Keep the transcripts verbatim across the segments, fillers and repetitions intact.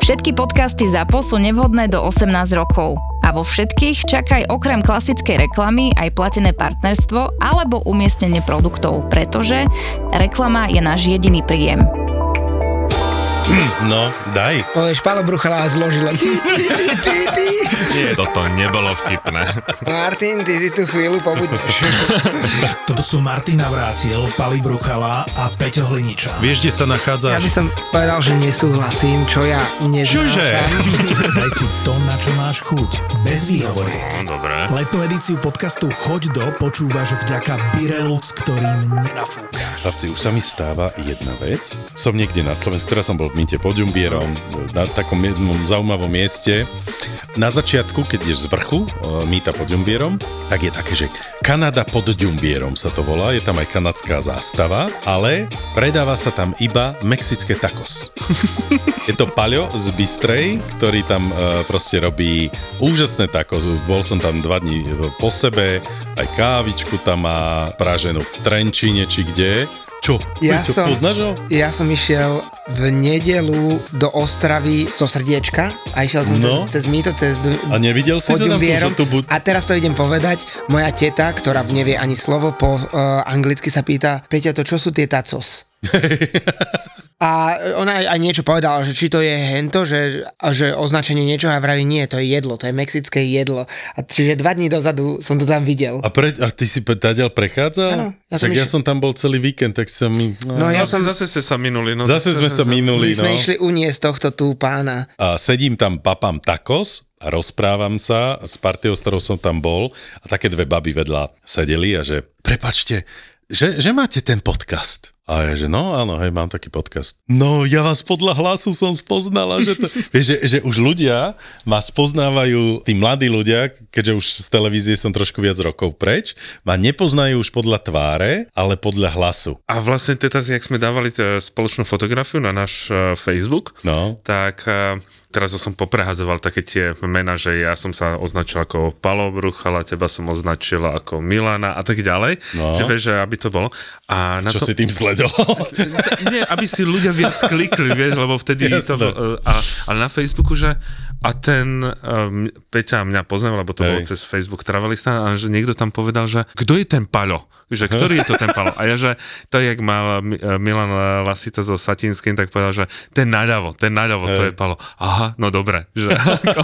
Všetky podcasty ZAPO sú nevhodné do osemnásť rokov. A vo všetkých čakaj okrem klasickej reklamy aj platené partnerstvo alebo umiestnenie produktov, pretože reklama je náš jediný príjem. No, daj. Povieš, Pálo Bruchala zložila. Nie, toto nebolo vtipné. Martin, ty si tu chvíľu pobudneš. Toto sú Martin Navrátil, Pali Bruchala a Peťo Hliničan. Vieš, kde sa nachádzaš? Ja by som povedal, že nesúhlasím, čo ja neznášam. Čože? Daj si to, na čo máš chuť. Bez výhovoriek. No, dobre. Letnú edíciu podcastu Choď do počúvaš vďaka Birelux, ktorým nenafúkaš. Chlapci, už sa mi stáva jedna vec. Som niekde na Slovensku, teraz som bol v Mýte pod Ďumbierom, na takom jednom zaujímavom mieste. Na začiatku, keď ideš z vrchu Mýta pod Ďumbierom, tak je také, že Kanada pod Ďumbierom sa to volá, je tam aj kanadská zástava, ale predáva sa tam iba mexické tacos. Je to Paľo z Bystrej, ktorý tam uh, proste robí úžasné tacos. Bol som tam dva dní po sebe, aj kávičku tam má praženú v Trenčíne, či kde. Čo? Ja Čo, som, poznáš ho? Ja som išiel v nedelu do Ostravy zo Srdiečka a išiel som No. cez, cez Mýto, cez A nevidel si to tam, že tu bud... A teraz to idem povedať. Moja teta, ktorá nevie ani slovo po uh, anglicky, sa pýta: Peťo, to čo sú tie tacos? A ona aj niečo povedala, že či to je hento, že, že označenie niečo, a vraví, nie, to je jedlo, to je mexické jedlo. A čiže dva dní dozadu som to tam videl. A, pre, a ty si tadiaľ prechádzal? Áno. Ja Však som ja iš... som tam bol celý víkend, tak som mi... No, No, ja Zase, som- zase ste sa minuli. No, Zase sme sa minuli, My sme no. išli uniesť tohto tu pána. A sedím tam, papám tacos a rozprávam sa s partiou, s ktorou som tam bol, a také dve baby vedľa sedeli a že, prepačte, že, že máte ten podcast. A ja, že no, áno, hej, mám taký podcast. No, ja vás podľa hlasu som spoznala, že to... Vieš, že, že už ľudia ma spoznávajú, tí mladí ľudia, keďže už z televízie som trošku viac rokov preč, ma nepoznajú už podľa tváre, ale podľa hlasu. A vlastne teraz, jak sme dávali t- spoločnú fotografiu na náš uh, Facebook, No. tak uh, teraz som poprehadzoval také tie mená, že ja som sa označil ako Palo Bruchala, teba som označil ako Milana a tak ďalej. No. Že vieš, že aby to bolo. A na Čo to... si tým sledoval? Nie, aby si ľudia viac klikli, vieš, lebo vtedy to... Jasné. A, ale na Facebooku, že a ten um, Peťa mňa poznal, lebo to Hej. bolo cez Facebook Travelista, a že niekto tam povedal, že kto je ten Paľo? Že ktorý je to ten Paľo? A ja, že to, jak mal Milan Lasica so Satinským, tak povedal, že ten naľavo, ten naľavo, to je Paľo. Aha, no dobre. Že,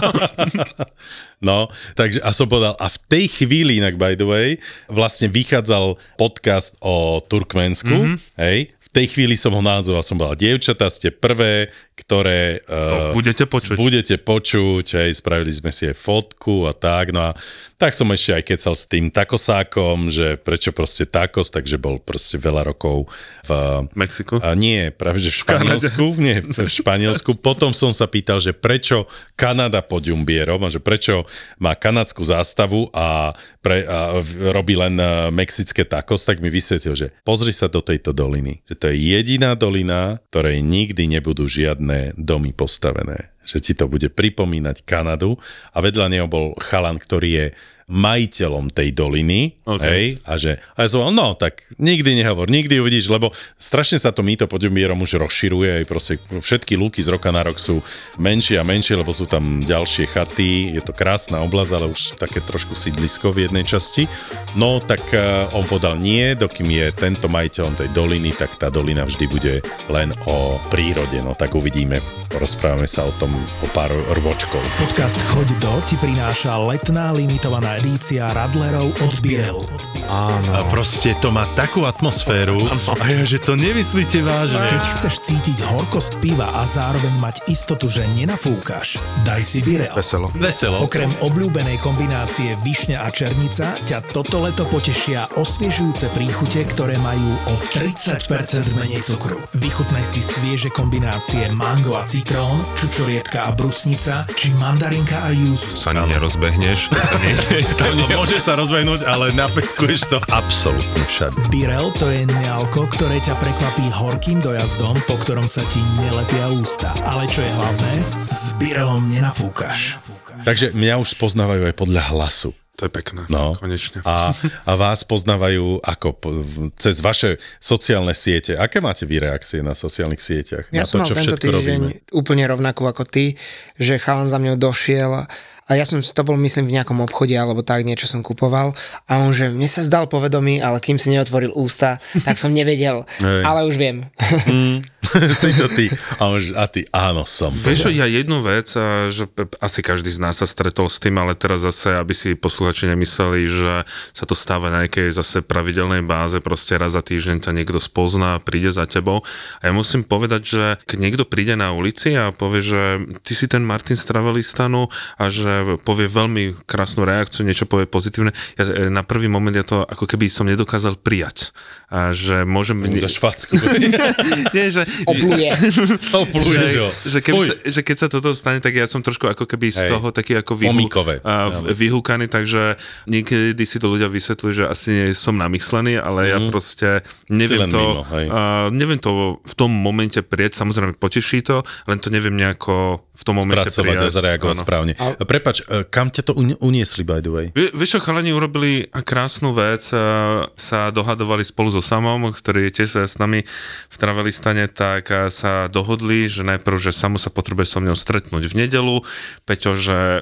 No, takže a som povedal, a v tej chvíli, inak by the way, vlastne vychádzal podcast o Turkmensku, mm-hmm. hej, v tej chvíli som ho názval, som povedal, dievčatá, ste prvé, ktoré uh, no, budete počuť. budete počuť, hej, spravili sme si aj fotku a tak, no a tak som ešte aj kecal s tým takosákom, že prečo proste takos, takže bol proste veľa rokov v Mexiku? A nie, práve že v Španielsku, nie, v Španielsku. Potom som sa pýtal, že prečo Kanada pod Ďumbierom a že prečo má kanadskú zástavu a, pre, a robí len mexické tacos, tak mi vysvetlil, že pozri sa do tejto doliny, že to je jediná dolina, ktorej nikdy nebudú žiadne domy postavené. Že ti to bude pripomínať Kanadu, a vedľa neho bol chalan, ktorý je majiteľom tej doliny, okay. hej, a že, a ja som, no, tak nikdy nehovor, nikdy uvidíš, lebo strašne sa to Mýto pod Ďumbierom už rozširuje, aj proste všetky lúky z roka na rok sú menšie a menšie, lebo sú tam ďalšie chaty, je to krásna oblasť, ale už také trošku sídlisko v jednej časti. No, tak uh, on podal nie, dokým je tento majiteľom tej doliny, tak tá dolina vždy bude len o prírode, no tak uvidíme. Porozprávame sa o tom o pár robočkov. Podcast Choď do ti prináša letná limitovaná edícia Radlerov od Birelu. Áno. A proste to má takú atmosféru, a ja, že to nemyslíte vážne. Keď chceš cítiť horkosť piva a zároveň mať istotu, že nenafúkaš, daj si Birel. Veselo. Veselo. Okrem obľúbenej kombinácie višňa a černica ťa toto leto potešia osviežujúce príchute, ktoré majú o tridsať percent menej cukru. Vychutnaj si svieže kombinácie mango a citrón, čučorietka a brusnica, či mandarinka a juzu. Sa ani nerozbehneš. Sa nie, to nie. Môžeš sa rozbehnúť, ale napeckuješ to absolútne všade. Birel to je nealko, ktoré ťa prekvapí horkým dojazdom, po ktorom sa ti nelepia ústa. Ale čo je hlavné, s Birelom nenafúkaš. Takže mňa už spoznávajú aj podľa hlasu. To je pekné, No. konečne. A, a vás poznávajú ako? Cez vaše sociálne siete. Aké máte vy reakcie na sociálnych sieťach? Ja na som to, mal čo tento všetko týždeň robíme? úplne rovnakú ako ty, že chalan za mňou došiel a ja som, to bol myslím v nejakom obchode alebo tak, niečo som kupoval a on, že mne sa zdal povedomý, ale kým si neotvoril ústa, tak som nevedel, Hej. ale už viem. Mm, si to ty. A, on, a ty, áno, som. Vieš, ja jednu vec, a že asi každý z nás sa stretol s tým, ale teraz zase, aby si posluchači nemysleli, že sa to stáva na nejakej zase pravidelnej báze, proste raz za týždeň ťa niekto spozná, príde za tebou. A ja musím povedať, že keď niekto príde na ulici a povie, že ty si ten Martin z Travelistanu a že povie veľmi krásnu reakciu, niečo povie pozitívne, ja na prvý moment ja to ako keby som nedokázal prijať. A že môžem... Dáš facku. Nie, že... Opluje. Opluješ že, ho. že, keby sa, že keď sa toto stane, tak ja som trošku ako keby z Hej. toho taký ako vyhú, Omykové. a, v- vyhúkaný, takže niekedy si to ľudia vysvetľujú, že asi nie som namyslený, ale mm. ja proste neviem len to, mimo, hej. a, neviem to v tom momente prieť, samozrejme poteší to, len to neviem nejako v tom momente Spracovať a prijať. zareagovať Áno. správne. Prepač, kam ťa to uni- uniesli, by the way? Vie- Vieš čo, chalani urobili krásnu vec, a sa dohadovali spolu so Samom, ktorý je tiež s nami v Travelistane, tak a sa dohodli, že najprv, že Samo sa potrebuje so mnou stretnúť v nedelu, Peťo, že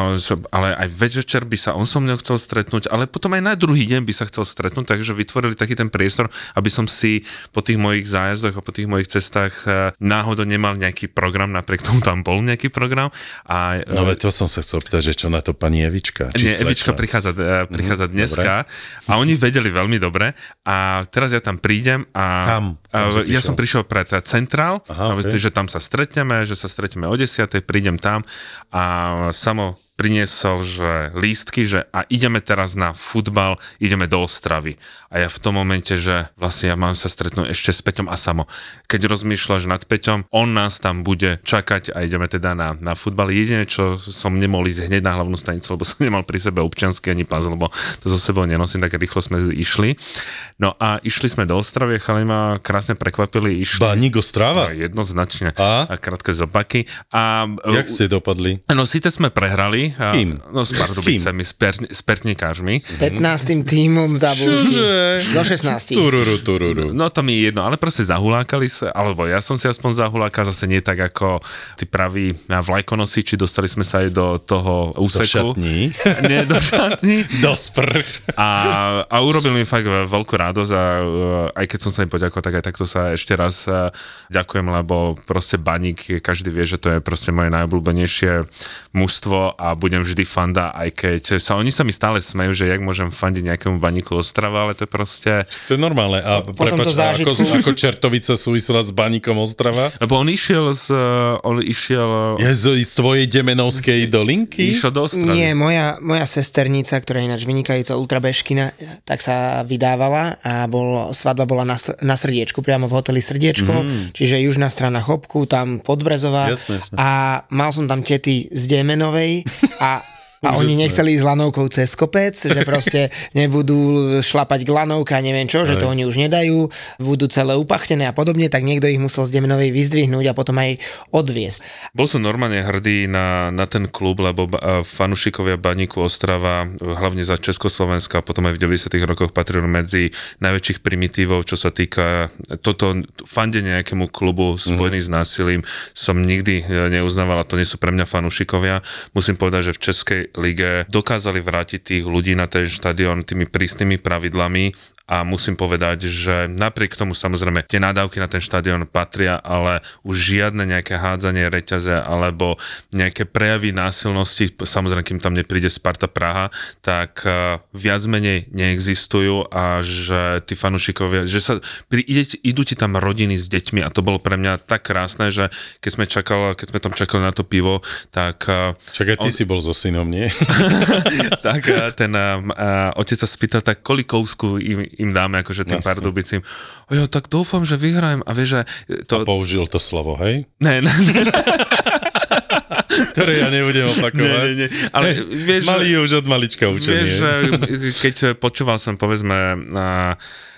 ale aj večer by sa on so mnou chcel stretnúť, ale potom aj na druhý deň by sa chcel stretnúť, takže vytvorili taký ten priestor, aby som si po tých mojich zájazdoch a po tých mojich cestách náhodou nemal nejaký program, napriek tomu tam bol nejaký program. A, No veď to som sa chcel pýtať, že čo na to pani Evička? Či nie, Svetla? Evička prichádza, uh, prichádza Mhm, dneska a oni vedeli veľmi dobre a teraz ja tam prídem a Kam? Kam uh, si ja prišiel? som prišiel pred uh, Centrál, Aha, a okay. že tam sa stretneme, že sa stretneme o desiatej, prídem tam a Samo priniesol, že lístky, že a ideme teraz na futbal, ideme do Ostravy. A ja v tom momente, že vlastne ja mám sa stretnúť ešte s Peťom a Samo. Keď rozmýšľaš nad Peťom, on nás tam bude čakať a ideme teda na, na futbal. Jediné, čo som nemohol ísť hneď na hlavnú stanicu, lebo som nemal pri sebe občiansky ani pas, lebo to so sebou nenosím, tak rýchlo sme išli. No a išli sme do Ostravy, chalani ma krásne prekvapili. Išli, Baník Ostrava? No, jednoznačne. A? A krátke zopaky. A, Jak ste dopadli? No, síte sme prehrali. S kým? No, s Pardubicami, s, per, s pertníkářmi. pätnástym tímom tabulky. Do šestnástich. Tururu, tururu. No to mi je jedno, ale proste zahulákali sa, alebo ja som si aspoň zahulákal, zase nie tak ako tí praví vlajkonosiči, dostali sme sa aj do toho Do úseku. šatní. Nie, do šatní. Do sprch. A, a urobil mi fakt veľkú radosť a uh, aj keď som sa im poďakoval, tak aj takto sa ešte raz uh, ďakujem, lebo proste Baník, každý vie, že to je proste moje najobľúbenejšie mužstvo a budem vždy fanda, aj keď sa oni sa mi stále smejú, že jak môžem fandiť nejakému Baníku Ostrava, ale to je proste... To je normálne. A Po- po prepáč, tomto a ako, zážitku- ako Čertovica súvisela s Baníkom Ostrava? Lebo on išiel z... On išiel... Je z, z tvojej demenovskej dolinky? Išiel do Ostravy. Nie, moja, moja sesternica, ktorá je ináč vynikajúca ultrabežkina, tak sa vydávala a bol, svadba bola na, s- na Srdiečku, priamo v hoteli Srdiečko, mm. čiže južná strana Chopku, tam Podbrezová. Jasné, jasné. A mal som tam tety z Demenovej a A oni nechceli ísť lanovkou cez kopec, že proste nebudú šlapať k lanovke a neviem čo, že to oni už nedajú, budú celé upachtené a podobne, tak niekto ich musel z Demenovej vyzdvihnúť a potom aj odviesť. Bol som normálne hrdý na, na ten klub, lebo uh, fanúšikovia Baníku Ostrava, hlavne za Československa, potom aj v deväťdesiatych rokoch patrili medzi najväčších primitívov, čo sa týka toto fandenie nejakému klubu spojený mm. s násilím, som nikdy neuznával a to nie sú pre mňa fanúšikovia. Musím povedať, že v Českej lige dokázali vrátiť tých ľudí na ten štadión tými prísnymi pravidlami a musím povedať, že napriek tomu samozrejme tie nadávky na ten štadión patria, ale už žiadne nejaké hádzanie reťaze alebo nejaké prejavy násilnosti, samozrejme kým tam nepríde Sparta Praha, tak uh, viac menej neexistujú a že tí fanúšikovia, že sa pri, ide, idú ti tam rodiny s deťmi a to bolo pre mňa tak krásne, že keď sme čakali, keď sme tam čakali na to pivo, tak... Uh, Čakaj, ty on, si bol so synom, nie? tak uh, ten uh, uh, otec sa spýtal, tak kolikovskú im, im dáme, akože tým Jasne. Pardubicím. Jo, tak dúfam, že vyhrajem. A vieš, že... To... A použil to slovo, hej? Ne, ne, ne. Ktoré ja nebudem opakovať. Nie, nie, nie. Ale vieš, Mali už od malička učenie. vieš, že keď počúval som, povedzme, na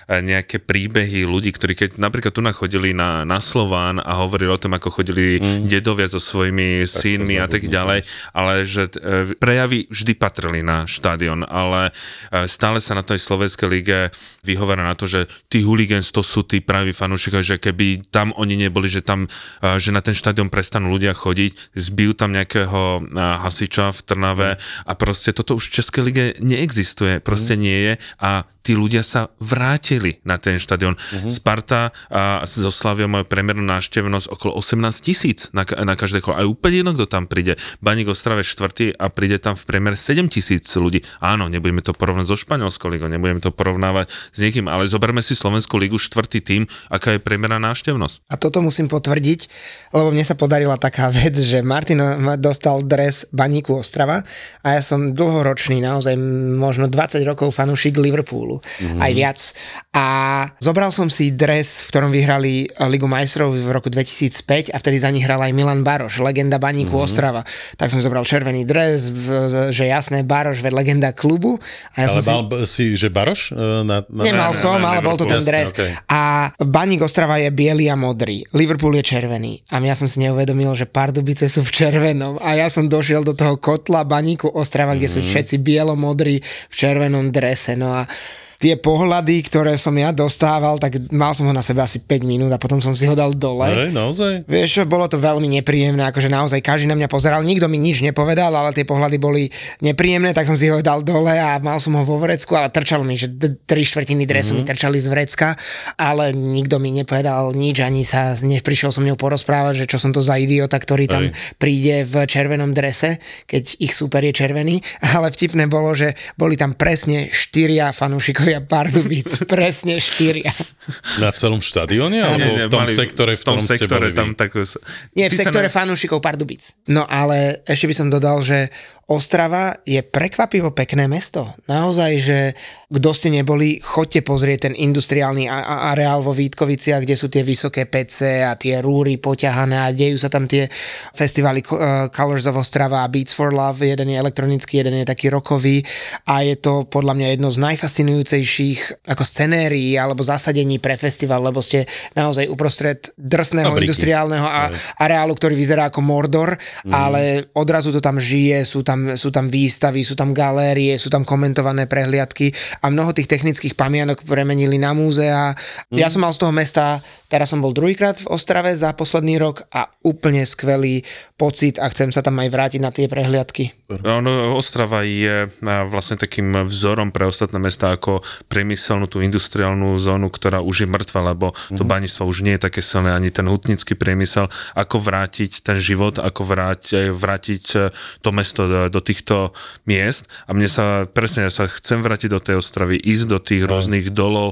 nejaké príbehy ľudí, ktorí keď napríklad tu chodili na, na Slován a hovorili o tom, ako chodili mm. dedovia so svojimi tak synmi a tak ďalej, ale že prejavy vždy patrili na štadión, ale stále sa na tej slovenskej lige vyhovára na to, že tí hooligans to sú tí praví fanúšikovia, že keby tam oni neboli, že tam, že na ten štadión prestanú ľudia chodiť, zbijú tam nejakého hasiča v Trnave a proste toto už v Českej lige neexistuje, proste nie je a tí ľudia sa vrátili na ten štadión. Uh-huh. Sparta a zo Slaviou majú priemernú návštevnosť okolo osemnásť tisíc na, na každé kolo. A úplne jedno, kto tam príde. Baník Ostrava je štvrtý a príde tam v priemere sedem tisíc ľudí. Áno, nebudeme to porovnať so Španielskou ligou, nebudeme to porovnávať s niekým, ale zoberme si Slovenskú ligu, štvrtý tým, aká je priemerná návštevnosť. A toto musím potvrdiť, lebo mne sa podarila taká vec, že Martin dostal dres Baníku Ostrava a ja som dlhoročný, naozaj možno dvadsať rokov fanúšik Liverpoolu. Mm-hmm. Aj viac. A zobral som si dres, v ktorom vyhrali Ligu majstrov v roku dvetisícpäť a vtedy za nich hral aj Milan Baroš, legenda Baníku mm-hmm. Ostrava. Tak som zobral červený dres, že jasné, Baroš, veď legenda klubu. A ja ale som mal si, že Baroš? Na, na, Nemal na, som, na, na, ale bol to ten dres. Jasne, okay. A Baník Ostrava je biely a modrý. Liverpool je červený. A ja som si neuvedomil, že Pardubice sú v červenom. A ja som došiel do toho kotla Baníku Ostrava, kde mm-hmm. sú všetci bielo-modrí v červenom drese. No a tie pohľady, ktoré som ja dostával, tak mal som ho na sebe asi päť minút a potom som si ho dal dole. Hej, naozaj? Vieš, bolo to veľmi nepríjemné, akože naozaj každý na mňa pozeral, nikto mi nič nepovedal, ale tie pohľady boli nepríjemné, tak som si ho dal dole a mal som ho vo vrecku, ale trčalo mi, že tri štvrtiny dresu mm-hmm. mi trčali z vrecka, ale nikto mi nepovedal nič, ani sa neprišiel som mňou porozprávať, že čo som to za idiota, ktorý tam Hej. príde v červenom drese, keď ich super je červený, ale vtipné bolo, že boli tam presne štyria fanúšikovia Pardubic, presne štyria. Na celom štadióne? Alebo v tom mali, sektore, v, v tom sektore tam tak... Nie, v sektore fanúšikov Pardubic. No ale ešte by som dodal, že Ostrava je prekvapivo pekné mesto. Naozaj, že kto ste neboli, choďte pozrieť ten industriálny areál vo Vítkoviciach, kde sú tie vysoké pece a tie rúry poťahané a dejú sa tam tie festivály Colors of Ostrava a Beats for Love. Jeden je elektronický, jeden je taký rockový a je to podľa mňa jedno z najfascinujúcejších ako scenérií alebo zasadení pre festival, lebo ste naozaj uprostred drsného Fabriky. industriálneho a, areálu, ktorý vyzerá ako Mordor, mm. ale odrazu to tam žije, sú tam sú tam výstavy, sú tam galérie, sú tam komentované prehliadky a mnoho tých technických pamiatok premenili na múzea. Mm. Ja som mal z toho mesta, teraz som bol druhýkrát v Ostrave za posledný rok a úplne skvelý pocit a chcem sa tam aj vrátiť na tie prehliadky. No, Ostrava je vlastne takým vzorom pre ostatné mesta ako priemyselnú tú industriálnu zónu, ktorá už je mŕtva, lebo to mm. baníctvo už nie je také silné, ani ten hutnický priemysel. Ako vrátiť ten život, ako vrátiť, vrátiť to mesto do do týchto miest a mne sa, presne, ja sa chcem vrátiť do tej Ostravy, ísť do tých rôznych dolov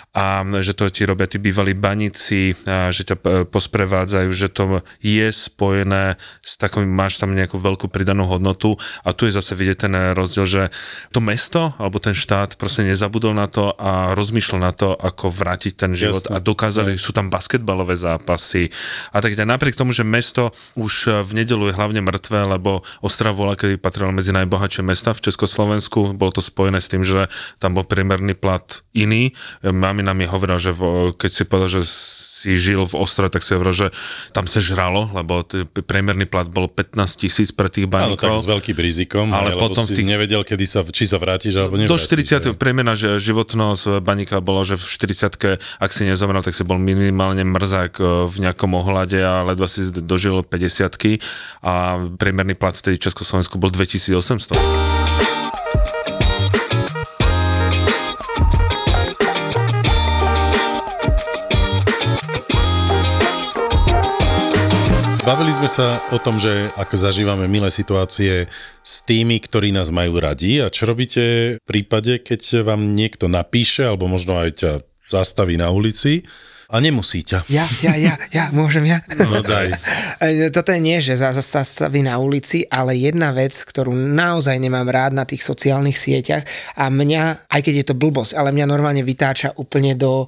a že to ti robia tí bývalí baníci, a že ťa posprevádzajú, že to je spojené s takou, máš tam nejakú veľkú pridanú hodnotu a tu je zase vidieť ten rozdiel, že to mesto alebo ten štát proste nezabudol na to a rozmýšľal na to, ako vrátiť ten život Jasne. a dokázali, sú tam basketbalové zápasy a tak ďalej. Napriek tomu, že mesto už v nedeľu je hlavne mŕtve, lebo Ostrava bola, kedy patrila medzi najbohatšie mesta v Československu, bolo to spojené s tým, že tam bol priemerný plat iný. Máme nám je hovoril, že v, keď si povedal, že si žil v Ostrave, tak si hovoril, že tam sa žralo, lebo t- priemerný plat bol pätnásť tisíc pre tých baníkov. Áno, tak s veľkým rizikom, ale aj, potom si tých... nevedel, kedy sa, či sa vrátiš, alebo nevrátiš. Do štyridsiatej priemerná životnosť baníka bolo, že v štyridsiatke, ak si nezomrel, tak si bol minimálne mrzák v nejakom ohľade a ledva si dožil päťdesiatky a priemerný plat vtedy v Československu bol dvetisícosemsto. Bavili sme sa o tom, že ako zažívame milé situácie s tými, ktorí nás majú radi a čo robíte v prípade, keď vám niekto napíše alebo možno aj ťa zastaví na ulici a nemusí ťa. Ja, ja, ja, ja, môžem ja? No daj. Toto je nie, že zastaví na ulici, ale jedna vec, ktorú naozaj nemám rád na tých sociálnych sieťach a mňa, aj keď je to blbosť, ale mňa normálne vytáča úplne do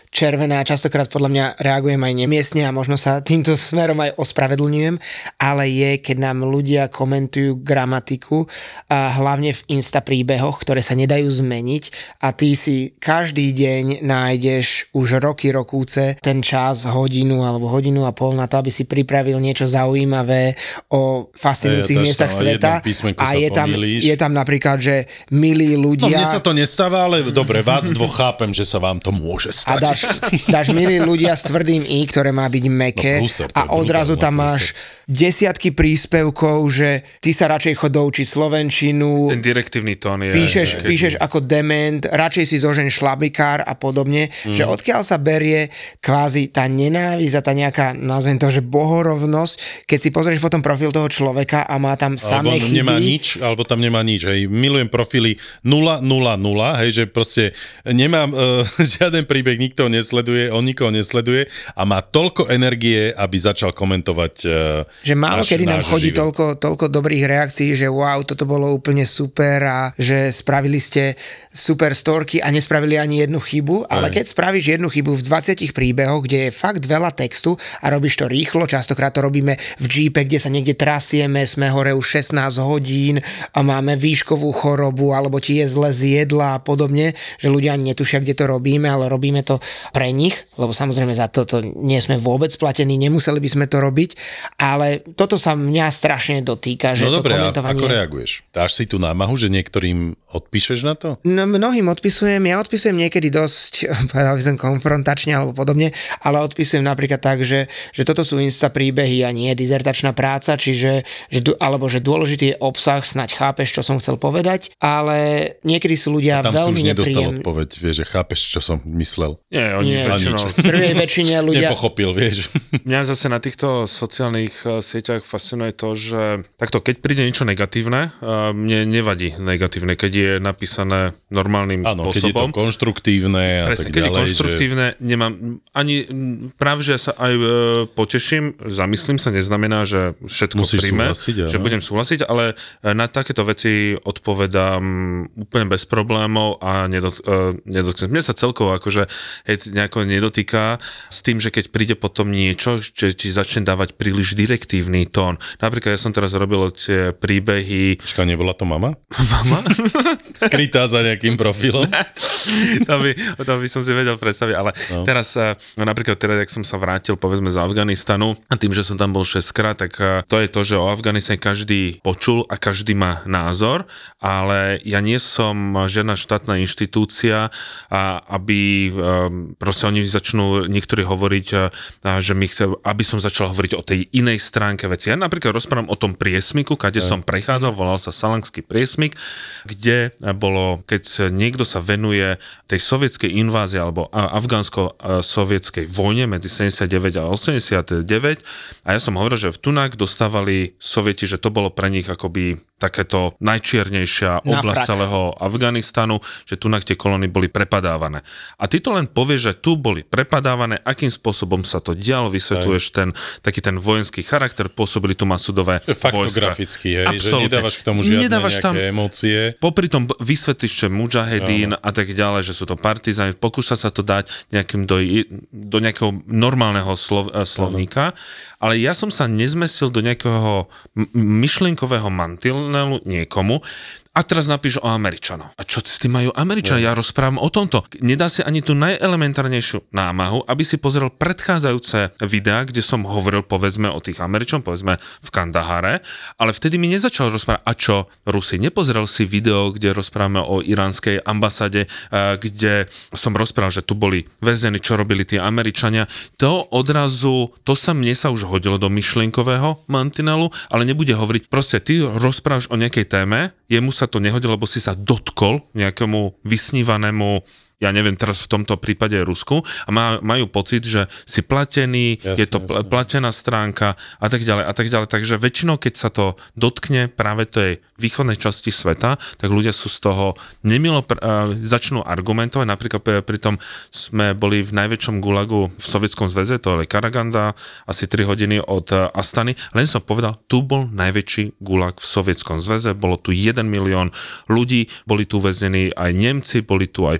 červená, častokrát podľa mňa reagujem aj nemiestne a možno sa týmto smerom aj ospravedlňujem, ale je, keď nám ľudia komentujú gramatiku a hlavne v Insta príbehoch, ktoré sa nedajú zmeniť a ty si každý deň nájdeš už roky, rokúce ten čas, hodinu alebo hodinu a pol na to, aby si pripravil niečo zaujímavé o fascinujúcich ja, miestach sveta a je tam, je tam napríklad, že milí ľudia... No mne sa to nestáva, ale dobre, vás dvoch chápem, že sa vám to môže stať. A dáš, dáš milí ľudia s tvrdým I, ktoré má byť mäkké no, prúser, a odrazu tam máš desiatky príspevkov, že ty sa radšej chod doučiť slovenčinu. Ten direktívny tón je... Píšeš, je, píšeš ako dement, radšej si zožen šlabikár a podobne, mm. že odkiaľ sa berie kvázi tá nenávisť a tá nejaká, nazvem to, že bohorovnosť, keď si pozrieš potom profil toho človeka a má tam samé chyby. Nemá nič, alebo tam nemá nič, hej. Milujem profily nula nula nula, hej, že proste nemám uh, žiaden príbeh, nikto nesleduje, on nikoho nesleduje a má toľko energie, aby začal komentovať uh, že málo náš, kedy nám chodí život. toľko, toľko dobrých reakcií, že wow, toto bolo úplne super a že spravili ste super storky a nespravili ani jednu chybu, ale keď spravíš jednu chybu v dvadsiatich príbehoch, kde je fakt veľa textu a robíš to rýchlo, častokrát to robíme v džípe, kde sa niekde trasieme, sme hore už šestnásť hodín a máme výškovú chorobu, alebo ti je zle z jedla a podobne, že ľudia ani netušia, kde to robíme, ale robíme to pre nich, lebo samozrejme za toto nie sme vôbec platení, nemuseli by sme to robiť, ale toto sa mňa strašne dotýka, že no to dobre, komentovanie... No dobre, ako reaguješ? Dáš si tú námahu, že niektorým odpíšeš na to? No mnohým odpisujem, ja odpisujem niekedy dosť, povedal by som konfrontačne alebo podobne, ale odpisujem napríklad tak, že, že toto sú Insta príbehy a nie dizertačná práca, čiže, že, alebo že dôležitý je obsah, snaď chápeš, čo som chcel povedať, ale niekedy sú ľudia veľmi nepríjemní. Tam som už nedostal odpoveď, vieš, že chápeš, čo som myslel. Nie, oni nie, väčšinou... V prvej väčšine ľudia... Nepochopil, vieš. Mňa zase na týchto sociálnych sieťach fascinuje to, že takto, keď príde niečo negatívne, mne nevadí negatívne, keď je napísané normálnym ano, spôsobom. Keď je to konštruktívne a presne, tak keď ďalej. je konštruktívne, že... nemám ani práve, že ja sa aj e, poteším, zamyslím sa, neznamená, že všetko musíš príjme, súhlasiť, že budem súhlasiť, ale na takéto veci odpovedám úplne bez problémov a nedot, e, nedotknem. Mne sa celkovo akože hej, nejako nedotýka s tým, že keď príde potom niečo, že ti začne dávať príliš direktívny tón. Napríklad ja som teraz robil tie príbehy... Počka, nebola to mama? Mama? Skrytá za nejakým profilom? to, by, to by som si vedel predstaviť, ale no. teraz, no napríklad teraz, jak som sa vrátil, povedzme z Afganistanu a tým, že som tam bol šesťkrát, tak to je to, že o Afganistane každý počul a každý má názor, ale ja nie som žiadna štátna inštitúcia, a aby proste oni začnú niektorí hovoriť, že my chce, aby som začal hovoriť o tej inej stránke veci. Ja napríklad rozprávam o tom priesmiku, kade ja. som prechádzal, volal sa Salangský priesmik, kde bolo, keď niekto sa venuje tej sovietskej invázii alebo afgánsko-sovietskej vojne medzi sedemdesiatdeväť a osemdesiatdeväť a ja som hovoril, že v Tunak dostávali Sovieti, že to bolo pre nich akoby takéto najčiernejšia oblasť celého Afganistanu, že Tunak tie kolóny boli prepadávané. A ty to len povieš, že tu boli prepadávané, akým spôsobom sa to dialo, vysvetľuješ ten, taký ten vojenský charakter, pôsobili tu masudové vojska. Faktograficky, hej, že nedávaš k tomu žiadne nedávaš nejaké tam, emócie. Popri tom vysvetlíš, že mudžahedín a tak ďalej, že sú to partizani, pokúša sa to dať nejakým do, do nejakého normálneho slov, slovníka, ale ja som sa nezmestil do nejakého myšlienkového mantinelu niekomu, a teraz napíš o Američanoch. A čo s tým majú Američania? Ja rozprávam o tomto. Nedá si ani tú najelementárnejšiu námahu, aby si pozrel predchádzajúce videá, kde som hovoril povedzme o tých Američanoch, povedzme v Kandahare, ale vtedy mi nezačal rozprávať, a čo Rusi? Nepozrel si video, kde rozprávame o iránskej ambasáde, kde som rozprával, že tu boli väznení, čo robili tí Američania. To odrazu, to sa mne sa už hodilo do myšlienkového mantinelu, ale nebude hovoriť, proste ty rozprávaš o nejakej téme, jemu sa to nehodilo, lebo si sa dotkol nejakému vysnívanému, ja neviem, teraz v tomto prípade Rusku a má, majú pocit, že si platený, jasne, je to jasne. platená stránka a tak ďalej a tak ďalej. Takže väčšinou, keď sa to dotkne práve tej východnej časti sveta, tak ľudia sú z toho nemilo pr- začnú argumentovať. Napríklad pri tom sme boli v najväčšom gulagu v Sovietskom zväze, to je Karaganda, asi tri hodiny od Astany. Len som povedal, tu bol najväčší gulag v Sovietskom zväze, bolo tu jeden milión ľudí, boli tu väznení aj Nemci, boli tu aj Poliaci,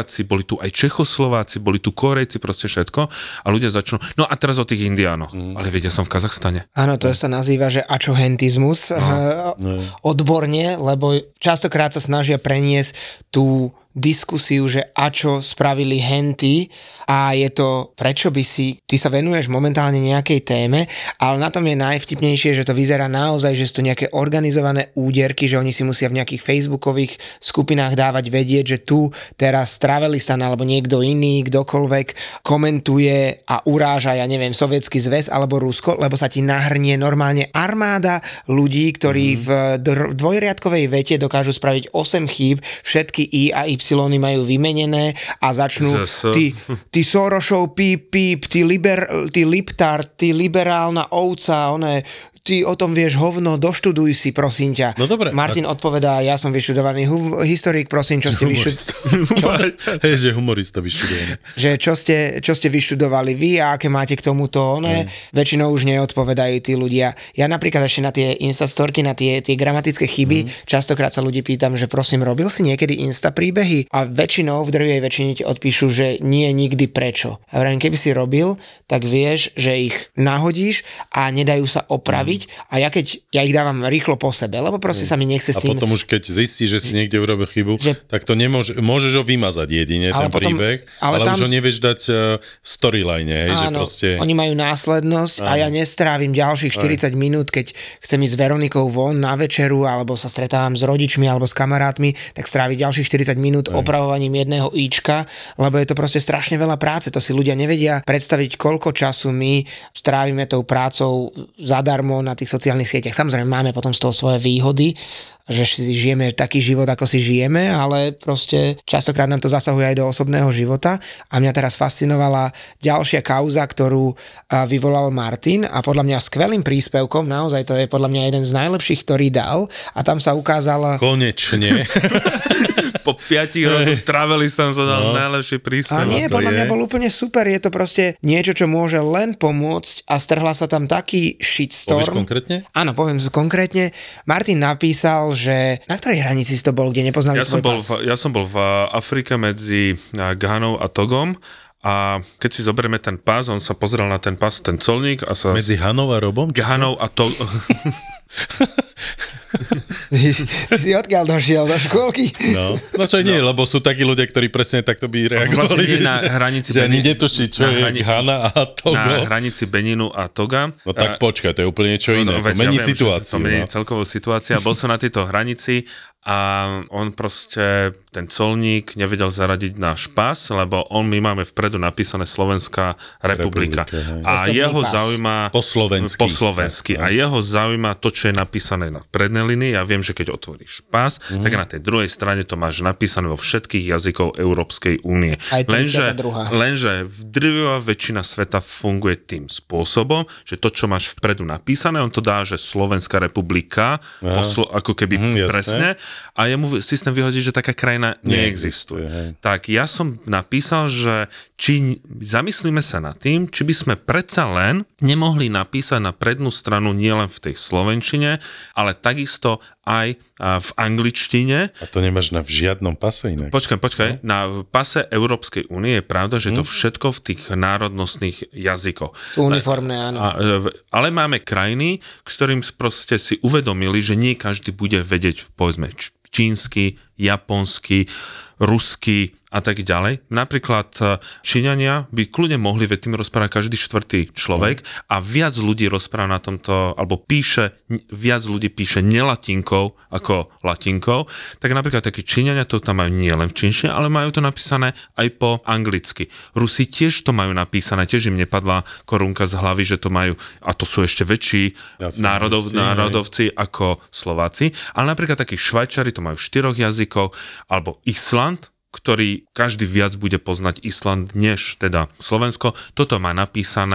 Poliaci, boli tu aj Čechoslováci, boli tu Korejci, proste všetko. A ľudia začnú, no a teraz o tých Indiánoch. Mm. Ale vedia, som v Kazachstane. Áno, to sa nazýva, že ačohentizmus no. no. odborne, lebo častokrát sa snažia preniesť tú diskusiu, že a čo spravili henty a je to, prečo by si, ty sa venuješ momentálne nejakej téme, ale na tom je najvtipnejšie, že to vyzerá naozaj, že sú to nejaké organizované úderky, že oni si musia v nejakých facebookových skupinách dávať vedieť, že tu teraz Travelistan alebo niekto iný, kdokoľvek komentuje a uráža, ja neviem, Sovietsky zväz alebo Rusko, lebo sa ti nahrnie normálne armáda ľudí, ktorí mm. v dvojriadkovej vete dokážu spraviť osem chýb, všetky I a Y majú vymenené a začnú ty, ty Sorošov píp, píp, ty, liber, ty liptár, ty liberálna ovca, one, ty o tom vieš hovno, doštuduj si, prosím ťa. No dobre. Martin tak... odpovedá, ja som vyštudovaný hu- historik, prosím, čo ste vyštudovali. Hej, že humorista vyštudovaný. Že čo ste, čo ste vyštudovali vy a aké máte k tomuto, ne? Mm. Väčšinou už neodpovedajú tí ľudia. Ja napríklad ešte na tie instastorky, na tie, tie gramatické chyby, mm. častokrát sa ľudí pýtam, že prosím, robil si niekedy insta príbehy? A väčšinou, v drvivej väčšine ti odpíšu, že nie nikdy prečo. A vrajím, keby si robil, tak vieš, že ich nahodíš a nedajú sa opraviť. A ja keď, ja ich dávam rýchlo po sebe, lebo proste sa mi nechce s tým... A potom už keď zistíš, že si niekde urobil chybu, že... tak to nemôže, môžeš ho vymazať jedine, ale ten potom, príbeh, ale, ale tam... už ho nevieš dať uh, v storyline, hej, že proste... oni majú následnosť áno. a ja nestrávim ďalších štyridsať áno. minút, keď chcem ísť s Veronikou von na večeru, alebo sa stretávam s rodičmi, alebo s kamarátmi, tak stráviť ďalších štyridsať minút áno. opravovaním jedného íčka, lebo je to proste strašne veľa práce, to si ľudia nevedia predstaviť, koľko času my strávime tou prácou zadarmo na tých sociálnych sieťach. Samozrejme, máme potom z toho svoje výhody, že si žijeme taký život, ako si žijeme, ale proste častokrát nám to zasahuje aj do osobného života a mňa teraz fascinovala ďalšia kauza, ktorú vyvolal Martin a podľa mňa skvelým príspevkom, naozaj to je podľa mňa jeden z najlepších, ktorý dal a tam sa ukázala... Konečne. Po piatich rokoch Travelistan sa dal no. najlepší príspevok. A nie, podľa mňa bol úplne super, je to proste niečo, čo môže len pomôcť a strhla sa tam taký shitstorm. Povieš konkrétne? Áno, poviem konkrétne. Martin napísal, že na ktorej hranici si to bol, kde nepoznali ja tvoj som bol pas? V, ja som bol v Afrike medzi Ghanou a Togom a keď si zoberieme ten pás, on sa pozrel na ten pás, ten colník a sa... Medzi Hanou a Robom? Ghanou a Togom. Ty si odkiaľ došiel do škôlky? No, no čo nie, no. lebo sú takí ľudia, ktorí presne takto by reagovali. Vlastne nie na hranici že ani netuší, čo je hrani- Hana a Togo. Na hranici Beninu a Toga. No tak počkaj, to je úplne niečo iné. No, no, to mení ja viem, situáciu. To mení no. celkovú situáciu. Bol som na tejto hranici a on proste, ten colník nevedel zaradiť náš pás, lebo on, my máme vpredu napísané Slovenská republika. republika a jeho pás. zaujíma... Po slovensky. Po slovensky. A jeho zaujíma to, čo je napísané na prednej linii. Ja viem, že keď otvoríš pás, mm. tak na tej druhej strane to máš napísané vo všetkých jazykov Európskej únie. Lenže, lenže v drvivá väčšina sveta funguje tým spôsobom, že to, čo máš vpredu napísané, on to dá, že Slovenská republika, poslo, ako keby mm, presne, a jemu systém vyhodí, že taká krajina neexistuje. neexistuje. Tak ja som napísal, že či zamyslíme sa nad tým, či by sme predsa len nemohli napísať na prednú stranu nielen v tej slovenčine, ale takisto aj v angličtine. A to nemáš na v žiadnom pase inak. Počkaj, počkaj. No? Na pase Európskej únie je pravda, že hmm. to všetko v tých národnostných jazykoch. Sú uniformné, áno. A, ale máme krajiny, s ktorým proste si uvedomili, že nie každý bude vedieť, povedzme, čínsky, japonsky, rusky a tak ďalej. Napríklad Číňania by kľudne mohli, veď tým rozpráva každý štvrtý človek a viac ľudí rozpráva na tomto, alebo píše, viac ľudí píše nelatinkou ako latinkou. Tak napríklad takí Číňania to tam majú nie len v čínštine, ale majú to napísané aj po anglicky. Rusi tiež to majú napísané, tiež im nepadla korunka z hlavy, že to majú, a to sú ešte väčší národov, národovci ako Slováci, ale napríklad takí Švajčari to majú v štyroch jazykoch, alebo Island, ktorý každý viac bude poznať Island než teda Slovensko. Toto má napísané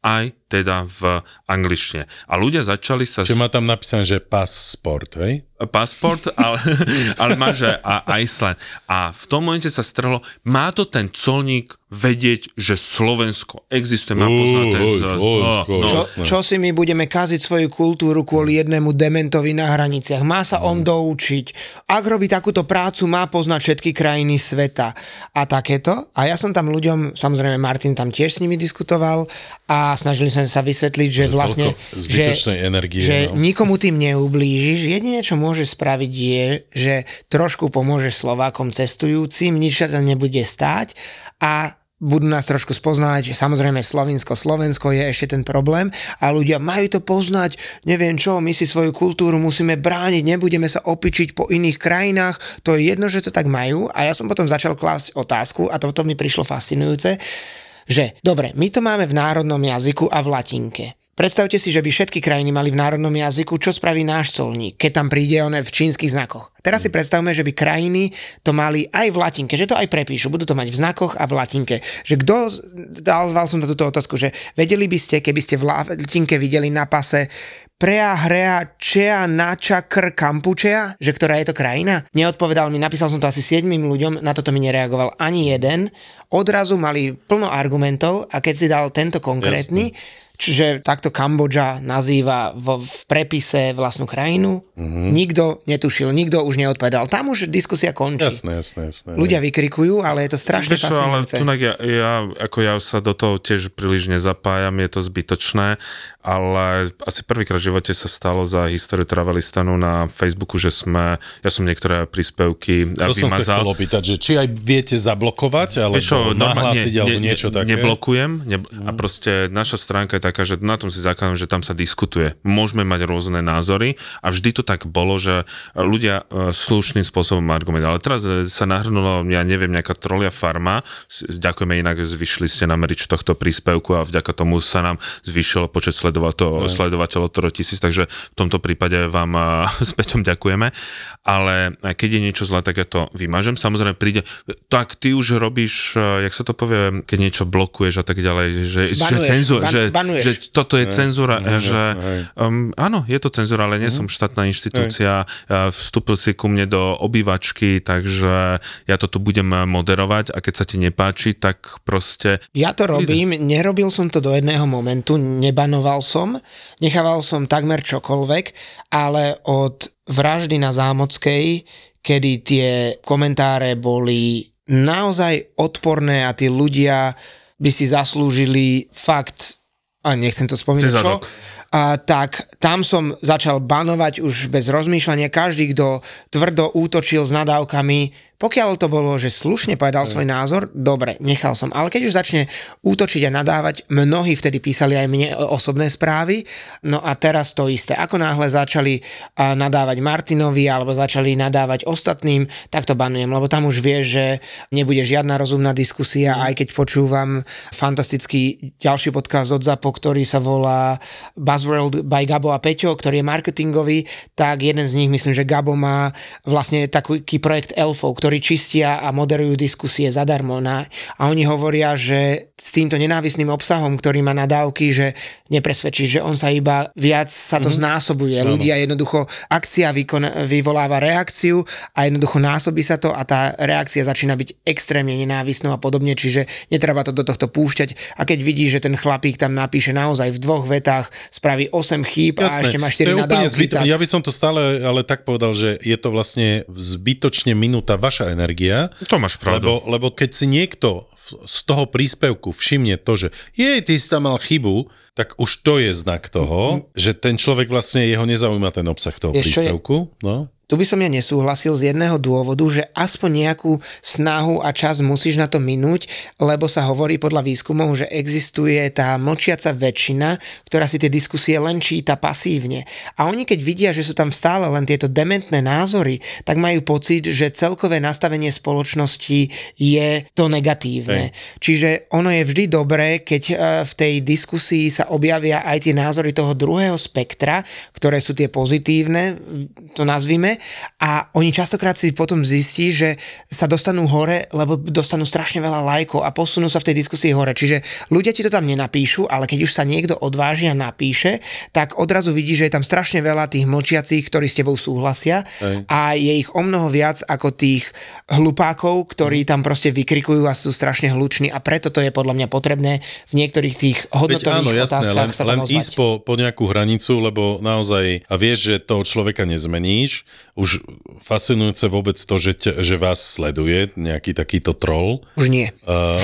aj teda v angličtine. A ľudia začali sa... Čiže má tam napísané, že passport, hej? Pasport, ale, ale má, že a Iceland. A v tom momente sa strhlo, má to ten colník vedieť, že Slovensko existuje, má poznáte. Uj, z, Slovensko, no, Čo, jasné. čo si my budeme kaziť svoju kultúru kvôli jednému dementovi na hraniciach? Má sa on doučiť. Ak robí takúto prácu, má poznať všetky krajiny sveta. A takéto. A ja som tam ľuďom, samozrejme Martin tam tiež s nimi diskutoval a snažili sme sa vysvetliť, že, že vlastne, že, energie, že no. nikomu tým neublížiš. Jedine, čo môže spraviť je, že trošku pomôže Slovákom cestujúcim, nič sa to nebude stáť a budú nás trošku spoznať. Samozrejme Slovinsko, Slovensko je ešte ten problém a ľudia majú to poznať, neviem čo, my si svoju kultúru musíme brániť, nebudeme sa opičiť po iných krajinách, to je jedno, že to tak majú a ja som potom začal klásť otázku a toto mi prišlo fascinujúce, že dobre, my to máme v národnom jazyku a v latinke. Predstavte si, že by všetky krajiny mali v národnom jazyku, čo spraví náš colník, keď tam príde one v čínskych znakoch. Teraz si predstavme, že by krajiny to mali aj v latinke, že to aj prepíšu, budú to mať v znakoch a v latinke. Že kto, dal som na túto otázku, že vedeli by ste, keby ste v latinke videli na pase Prea, hrea, čea, nača, kr, kampučea, že ktorá je to krajina? Neodpovedal mi, napísal som to asi siedmim ľuďom, na toto mi nereagoval ani jeden. Odrazu mali plno argumentov a keď si dal tento konkrétny, jasne. Čiže takto Kambodža nazýva v, v prepise vlastnú krajinu. Mm-hmm. Nikto netušil, nikto už neodpovedal. Tam už diskusia končí. Jasné, jasné, jasné. Ľudia vykrikujú, ale je to strašne Víš, fascinujúce. Ale ja, ja, ako ja sa do toho tiež príliš nezapájam, je to zbytočné, ale asi prvýkrát v živote sa stalo za históriu Travelistanu na Facebooku, že sme, ja som niektoré príspevky to vymazal. To som sa chcel opýtať, že či aj viete zablokovať, alebo čo, nahlásiť, ne, alebo ne, niečo ne, také? Neblokujem ne, a proste naša stránka je taká, že na tom si zakladám, že tam sa diskutuje. Môžeme mať rôzne názory a vždy to tak bolo, že ľudia slušným spôsobom argumentovali. Ale teraz sa nahrnulo, ja neviem, nejaká trolia farma, ďakujeme inak, zvyšili ste nám reč tohto príspevku a vďaka tomu sa nám zvýšilo počet sledovateľov, sledovateľov to tisíc, takže v tomto prípade vám späťom ďakujeme. Ale keď je niečo zlé, tak ja to vymažem. Samozrejme príde, tak ty už robíš, jak sa to povie, keď niečo blokuješ a tak ďalej, že, banuješ, že, cenzur, ban, že, že toto je ne, cenzúra, ne, že um, áno, je to cenzúra, ale nie mm. som štátna inštitúcia, uh, vstúpil si ku mne do obývačky, takže ja to tu budem moderovať a keď sa ti nepáči, tak proste... Ja to robím, nerobil som to do jedného momentu, nebanoval som, nechával som takmer čokoľvek, ale od vraždy na Zámockej, kedy tie komentáre boli naozaj odporné a tí ľudia by si zaslúžili fakt, a nechcem to spomínať, čo, a tak tam som začal banovať už bez rozmýšľania. Každý, kto tvrdo útočil s nadávkami, pokiaľ to bolo, že slušne povedal svoj názor, dobre, nechal som. Ale keď už začne útočiť a nadávať, mnohí vtedy písali aj mne osobné správy, no a teraz to isté. Ako náhle začali nadávať Martinovi alebo začali nadávať ostatným, tak to banujem, lebo tam už vie, že nebude žiadna rozumná diskusia, mm. aj keď počúvam fantastický ďalší podcast od ZAPO, ktorý sa volá Buzzworld by Gabo a Peťo, ktorý je marketingový, tak jeden z nich, myslím, že Gabo má vlastne taký projekt Elfov, ktorý čistia a moderujú diskusie zadarmo. Na, a oni hovoria, že s týmto nenávisným obsahom, ktorý má nadávky, že nepresvedčí, že on sa iba viac sa to mm-hmm. znásobuje. No. Ľudia jednoducho, akcia vykon, vyvoláva reakciu a jednoducho násobí sa to a tá reakcia začína byť extrémne nenávisnou a podobne, čiže netreba to do tohto púšťať. A keď vidí, že ten chlapík tam napíše naozaj v dvoch vetách, spraví osem chýb. Jasné, a ešte má štyri nadávky. Zbyto, tak... Ja by som to stále ale tak povedal, že je to vlastne zbytočne minúta vaša energia. To máš pravdu. Lebo, lebo keď si niekto z toho príspevku všimne to, že jej, ty si tam mal chybu, tak už to je znak toho, mm-hmm. že ten človek vlastne, jeho nezaujíma ten obsah toho Ješ, príspevku. No. Tu by som ja nesúhlasil z jedného dôvodu, že aspoň nejakú snahu a čas musíš na to minúť, lebo sa hovorí podľa výskumov, že existuje tá mlčiaca väčšina, ktorá si tie diskusie len číta pasívne. A oni keď vidia, že sú tam stále len tieto dementné názory, tak majú pocit, že celkové nastavenie spoločnosti je to negatívne. Hej. Čiže ono je vždy dobré, keď v tej diskusii sa objavia aj tie názory toho druhého spektra, ktoré sú tie pozitívne, to nazvime, a oni častokrát si potom zistí, že sa dostanú hore, lebo dostanú strašne veľa lajkov a posunú sa v tej diskusii hore. Čiže ľudia ti to tam nenapíšu, ale keď už sa niekto odváži a napíše, tak odrazu vidí, že je tam strašne veľa tých mlčiacich, ktorí s tebou súhlasia Hej. a je ich o mnoho viac ako tých hlupákov, ktorí tam proste vykrikujú a sú strašne hluční a preto to je podľa mňa potrebné v niektorých tých hodnotových áno, jasné, otázkach len, sa tam len ísť po, po nejakú hranicu, lebo naozaj a vieš, že toho človeka nezmeníš. Už fascinujúce vôbec to, že, te, že vás sleduje nejaký takýto troll. Už nie. Uh,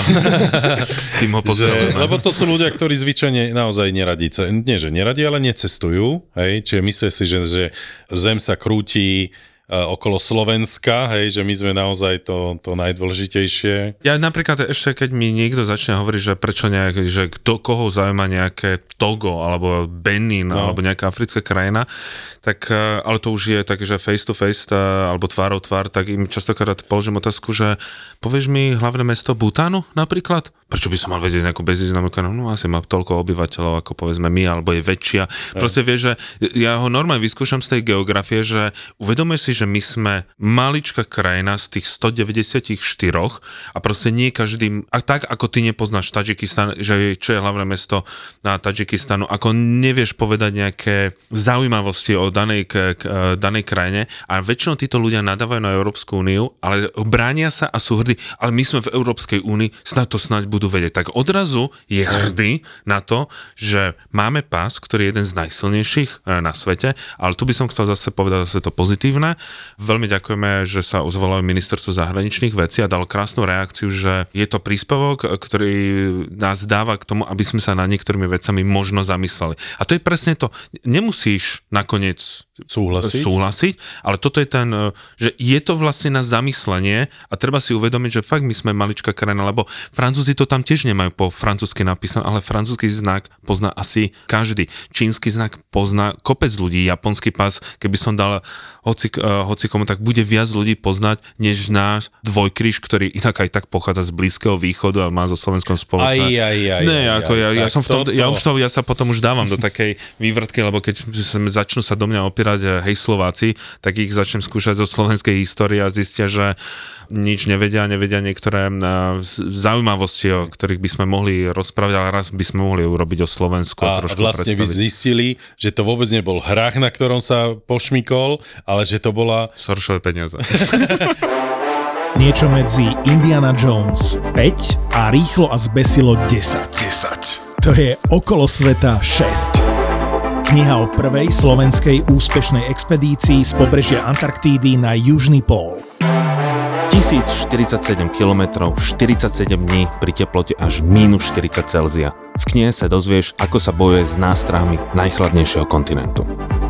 Tým ho že, lebo to sú ľudia, ktorí zvyčajne naozaj neradí, nie že neradí, ale necestujú. Hej? Čiže myslí si, že, že Zem sa krúti okolo Slovenska, hej, že my sme naozaj to, to najdôležitejšie. Ja napríklad ešte, keď mi niekto začne hovoriť, že prečo nejak, že kto, koho zaujíma nejaké Togo, alebo Benin, no. alebo nejaká africká krajina, tak, ale to už je tak, že face to face, alebo tvárou tvár, tak im častokrát položím otázku, že povieš mi hlavné mesto Bhutánu napríklad? Prečo by som mal vedieť nejakú bezvýznamnú krajinu? No asi má toľko obyvateľov, ako povedzme my, alebo je väčšia. Proste vieš, že ja ho normálne vyskúšam z tej geografie, že uvedomuješ si, že my sme maličká krajina z tých stodeväťdesiatštyri a proste nie každý, a tak ako ty nepoznáš Tadžikistan, že čo je hlavné mesto na Tadžikistanu, ako nevieš povedať nejaké zaujímavosti o danej, k, k, danej krajine a väčšinou títo ľudia nadávajú na Európsku úniu, ale bránia sa a sú hrdí, ale my sme v Európskej únii, snad to snáď budú vedieť. Tak odrazu je hrdý na to, že máme pás, ktorý je jeden z najsilnejších na svete, ale tu by som chcel zase povedať zase to pozitívne. Veľmi ďakujeme, že sa ozvalo ministerstvo zahraničných vecí a dal krásnu reakciu, že je to príspevok, ktorý nás dáva k tomu, aby sme sa nad niektorými vecami možno zamysleli. A to je presne to. Nemusíš nakoniec súhlasiť, súhlasiť ale toto je ten, že je to vlastne na zamyslenie a treba si uvedomiť, že fakt my sme maličká krajina, lebo Francúzi to tam tiež nemajú po francúzsky napísané, ale francúzsky znak pozná asi každý. Čínsky znak pozná kopec ľudí, japonský pás, keby som dal hoci, uh, hoci komu, tak bude viac ľudí poznať, než náš dvojkríž, ktorý inak aj tak pochádza z Blízkeho východu a má so Slovenskom spoločné. Aj, aj, aj, ne, aj, ako aj, ja, aj, ja som v tom, to, ja to. už to, ja sa potom už dávam do takej vývrtky, lebo keď začnú sa do mňa opierať hej Slováci, tak ich začnem skúšať zo slovenskej histórie a zistia, že nič nevedia, nevedia niektoré zaujímavosti, o ktorých by sme mohli rozprávať, ale raz by sme mohli urobiť o Slovensku. A, a vlastne by zistili, že to vôbec nebol hrách, na ktorom sa pošmykol, ale že to bola... Soršové peniaze. Niečo medzi Indiana Jones päť a Rýchlo a zbesilo desať. desať. To je Okolo sveta šesť. Kniha o prvej slovenskej úspešnej expedícii z pobrežia Antarktídy na južný pól. tisícštyridsaťsedem kilometrov, štyridsaťsedem dní pri teplote až mínus štyridsať Celzia. V knihe sa dozvieš, ako sa bojuje s nástrahami najchladnejšieho kontinentu.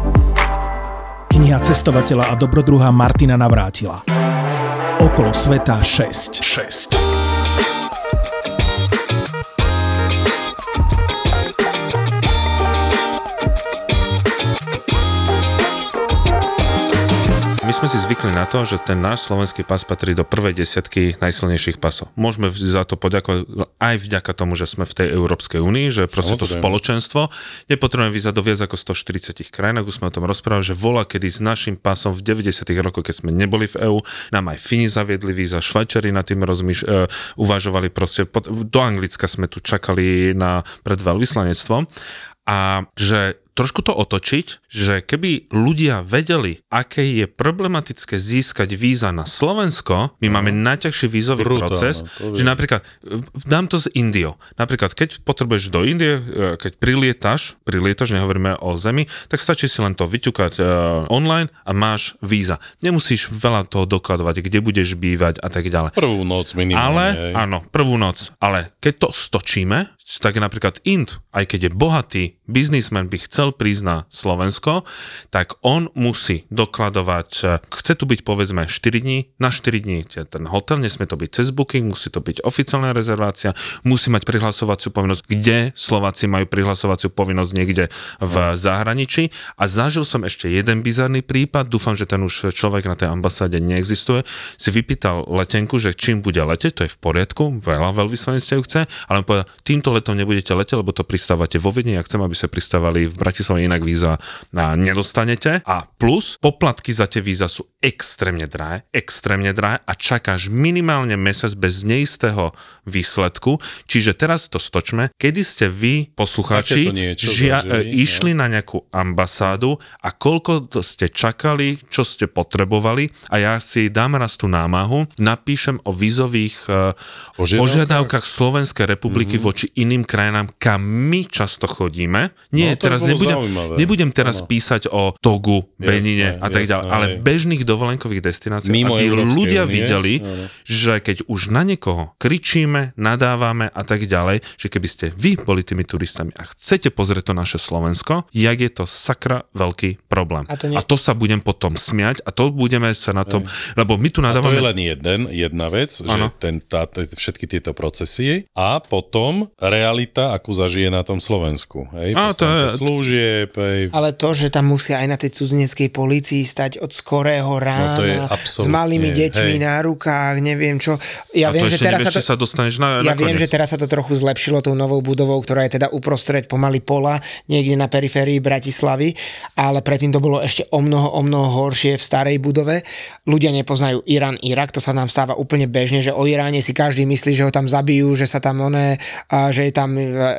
Kniha cestovateľa a dobrodruha Martina Navrátila. Okolo sveta šesť. šesť. My sme si zvykli na to, že ten náš slovenský pás patrí do prvej desiatky najsilnejších pasov. Môžeme za to poďakovať aj vďaka tomu, že sme v tej Európskej únii, že proste to spoločenstvo. Nepotrebujeme víza do viac ako stoštyridsať krajín, už sme o tom rozprávali, že voľa kedy s našim pásom v deväťdesiatych rokoch, keď sme neboli v EÚ, nám aj Fíni zaviedli víza, Švajčari nad tým rozmýš, uh, uvažovali proste, pod, do Anglicka sme tu čakali na pred veľvyslanectvom a že trošku to otočiť, že keby ľudia vedeli, aké je problematické získať víza na Slovensko, my no. máme najťažší vízový Brutálne, proces, že napríklad, dám to z Indiou, napríklad keď potrebuješ do Indie, keď prilietaš, prilietaš, nehovoríme o zemi, tak stačí si len to vyťukať uh, online a máš víza. Nemusíš veľa toho dokladovať, kde budeš bývať a tak ďalej. Prvú noc minimálne. Ale, hej. áno, prvú noc, ale keď to stočíme, tak napríklad Ind, aj keď je bohatý biznismen, by chcel prísť na Slovensko, tak on musí dokladovať, chce tu byť povedzme štyri dní, na štyri dní ten hotel, nesmie to byť cez booking, musí to byť oficiálna rezervácia, musí mať prihlasovaciu povinnosť, kde Slováci majú prihlasovaciu povinnosť niekde v zahraničí a zažil som ešte jeden bizarný prípad, dúfam, že ten už človek na tej ambasáde neexistuje, si vypýtal letenku, že čím bude letieť, to je v poriadku, veľa veľvyslanectiev chce, ale on povedal, týmto letom nebudete letieť, lebo to pristávate vo Viedni, ja chcem, aby sa pristávali v Bratislave. Bratislave, inak víza nedostanete. A plus, poplatky za tie víza sú extrémne drahé, extrémne drahé a čakáš minimálne mesiac bez neistého výsledku. Čiže teraz to stočme, kedy ste vy, poslucháči, žia- išli no. na nejakú ambasádu a koľko ste čakali, čo ste potrebovali a ja si dám raz tú námahu, napíšem o vízových uh, požiadavkách Slovenskej republiky mm-hmm. voči iným krajinám, kam my často chodíme. Nie, no, teraz nebudem, nebudem teraz ano. písať o Togu, Benine a tak ďalej, ale bežných dovolenkových destinácií, mimo aby ľudia unie. videli, ano. že keď už na niekoho kričíme, nadávame a tak ďalej, že keby ste vy boli tými turistami a chcete pozrieť to naše Slovensko, jak je to sakra veľký problém. A to, nie... a to sa budem potom smiať a to budeme sa na tom, Aj. lebo my tu nadávame... A to je len jeden, jedna vec, ano. že ten, tá, všetky tieto procesy a potom realita, akú zažije na tom Slovensku. Hej, a to je... slúžieb. Hej. Ale to, že tam musia aj na tej cudzineckej polícii stať od skorého rána, no s malými deťmi hej. na rukách, neviem čo. Ja a viem, to že teraz nevieš, sa to... sa dostaneš na Ja nakoniec. viem, že teraz sa to trochu zlepšilo tou novou budovou, ktorá je teda uprostred pomaly pola, niekde na periférii Bratislavy, ale predtým to bolo ešte o mnoho, o mnoho horšie v starej budove. Ľudia nepoznajú Irán, Irak, to sa nám stáva úplne bežne, že o Iráne si každý myslí, že ho tam zabijú, že sa tam one, že je tam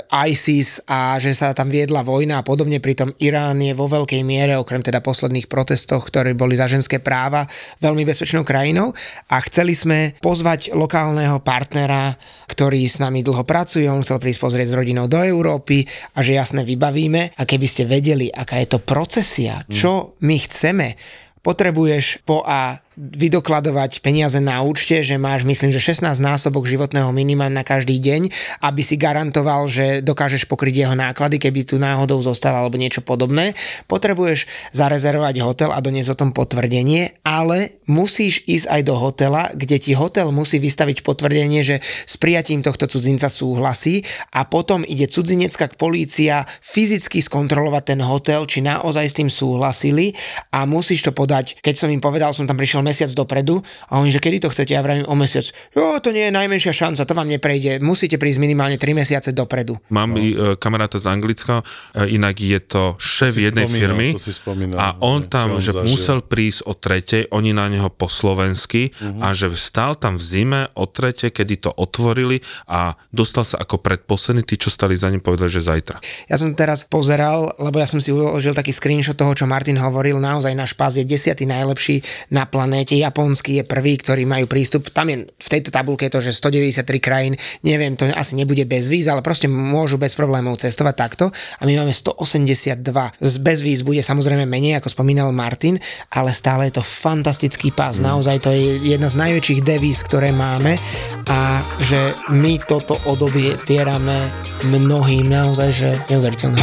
ISIS a že sa tam viedla vojna a podobne, pritom Irán je vo veľkej miere, okrem teda posledných protestoch, ktoré boli za ženské práva, veľmi bezpečnou krajinou a chceli sme pozvať lokálneho partnera, ktorý s nami dlho pracuje, on chcel prísť pozrieť s rodinou do Európy a že jasne vybavíme a keby ste vedeli, aká je to procesia, čo my chceme, potrebuješ po A vydokladovať peniaze na účte, že máš, myslím, že šestnásť násobok životného minima na každý deň, aby si garantoval, že dokážeš pokryť jeho náklady, keby tu náhodou zostal alebo niečo podobné. Potrebuješ zarezervovať hotel a doniesť o tom potvrdenie, ale musíš ísť aj do hotela, kde ti hotel musí vystaviť potvrdenie, že s prijatím tohto cudzinca súhlasí a potom ide cudzinecká polícia fyzicky skontrolovať ten hotel, či naozaj s tým súhlasili a musíš to podať. Keď som im povedal, som tam prišiel mesiac dopredu a oni, že kedy to chcete? Ja vravím o mesiac. Jo, to nie je najmenšia šanca, to vám neprejde. Musíte prísť minimálne tri mesiace dopredu. Mám no. kamaráta z Anglicka, inak je to šéf jednej spomínal, firmy spomínal, a on ne, tam, on že zažil. musel prísť o tretej, oni na neho po slovensky uh-huh. a že stál tam v zime o tretej, kedy to otvorili a dostal sa ako predposledný, tí, čo stali za ním, povedali, že zajtra. Ja som teraz pozeral, lebo ja som si uložil taký screenshot toho, čo Martin hovoril, naozaj náš pás je desiatý najlepší na planéte. Japonský je prvý, ktorí majú prístup. Tam je v tejto tabuľke je to, že stodeväťdesiattri krajín, neviem, to asi nebude bez víz, ale proste môžu bez problémov cestovať takto. A my máme stoosemdesiatdva. Bez víz bude samozrejme menej, ako spomínal Martin, ale stále je to fantastický pás. Naozaj to je jedna z najväčších devíz, ktoré máme a že my toto odobierame mnohým naozaj, že neuveriteľné.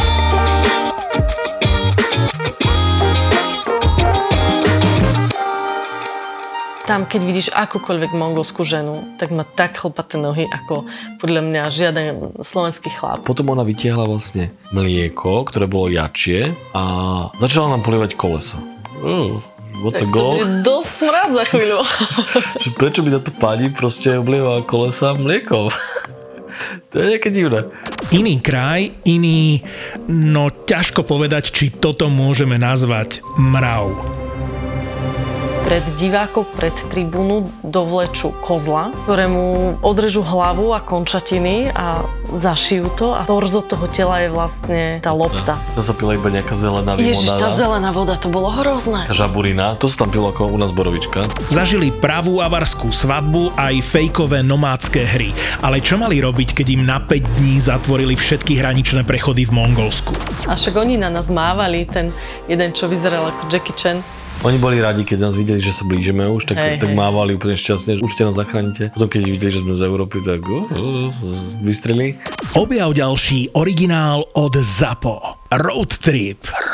Tam, keď vidíš akúkoľvek mongolskú ženu, tak má tak chlpaté nohy, ako podľa mňa žiaden slovenský chlap. Potom ona vytiahla vlastne mlieko, ktoré bolo jačie a začala nám polievať kolesa. Uh, what's a goal? To bude dosť smrad za chvíľu. Prečo by táto pani proste oblievala kolesa mliekom? To je nejaké divné. Iný kraj, iný, no ťažko povedať, či toto môžeme nazvať mrav. Pred divákov, pred tribúnu dovlečú kozla, ktorému odrežú hlavu a končatiny a zašijú to a torzo toho tela je vlastne tá lopta. To sa pila iba nejaká zelená limonáda. Ježiš, tá zelená voda, to bolo hrozné. Tá žaburina, to sa tam pilo ako u nás borovička. Zažili pravú avarskú svadbu aj fejkové nomádske hry. Ale čo mali robiť, keď im na päť dní zatvorili všetky hraničné prechody v Mongolsku? A však oni na nás mávali, ten jeden, čo vyzeral ako Jackie Chan. Oni boli radi, keď nás videli, že sa blížime už, tak, hej, tak hej. mávali úplne šťastne, že určite nás zachránite. Potom keď videli, že sme z Európy, tak uh, uh, vystrelili. Objav ďalší originál od ZAPO. Road Trip.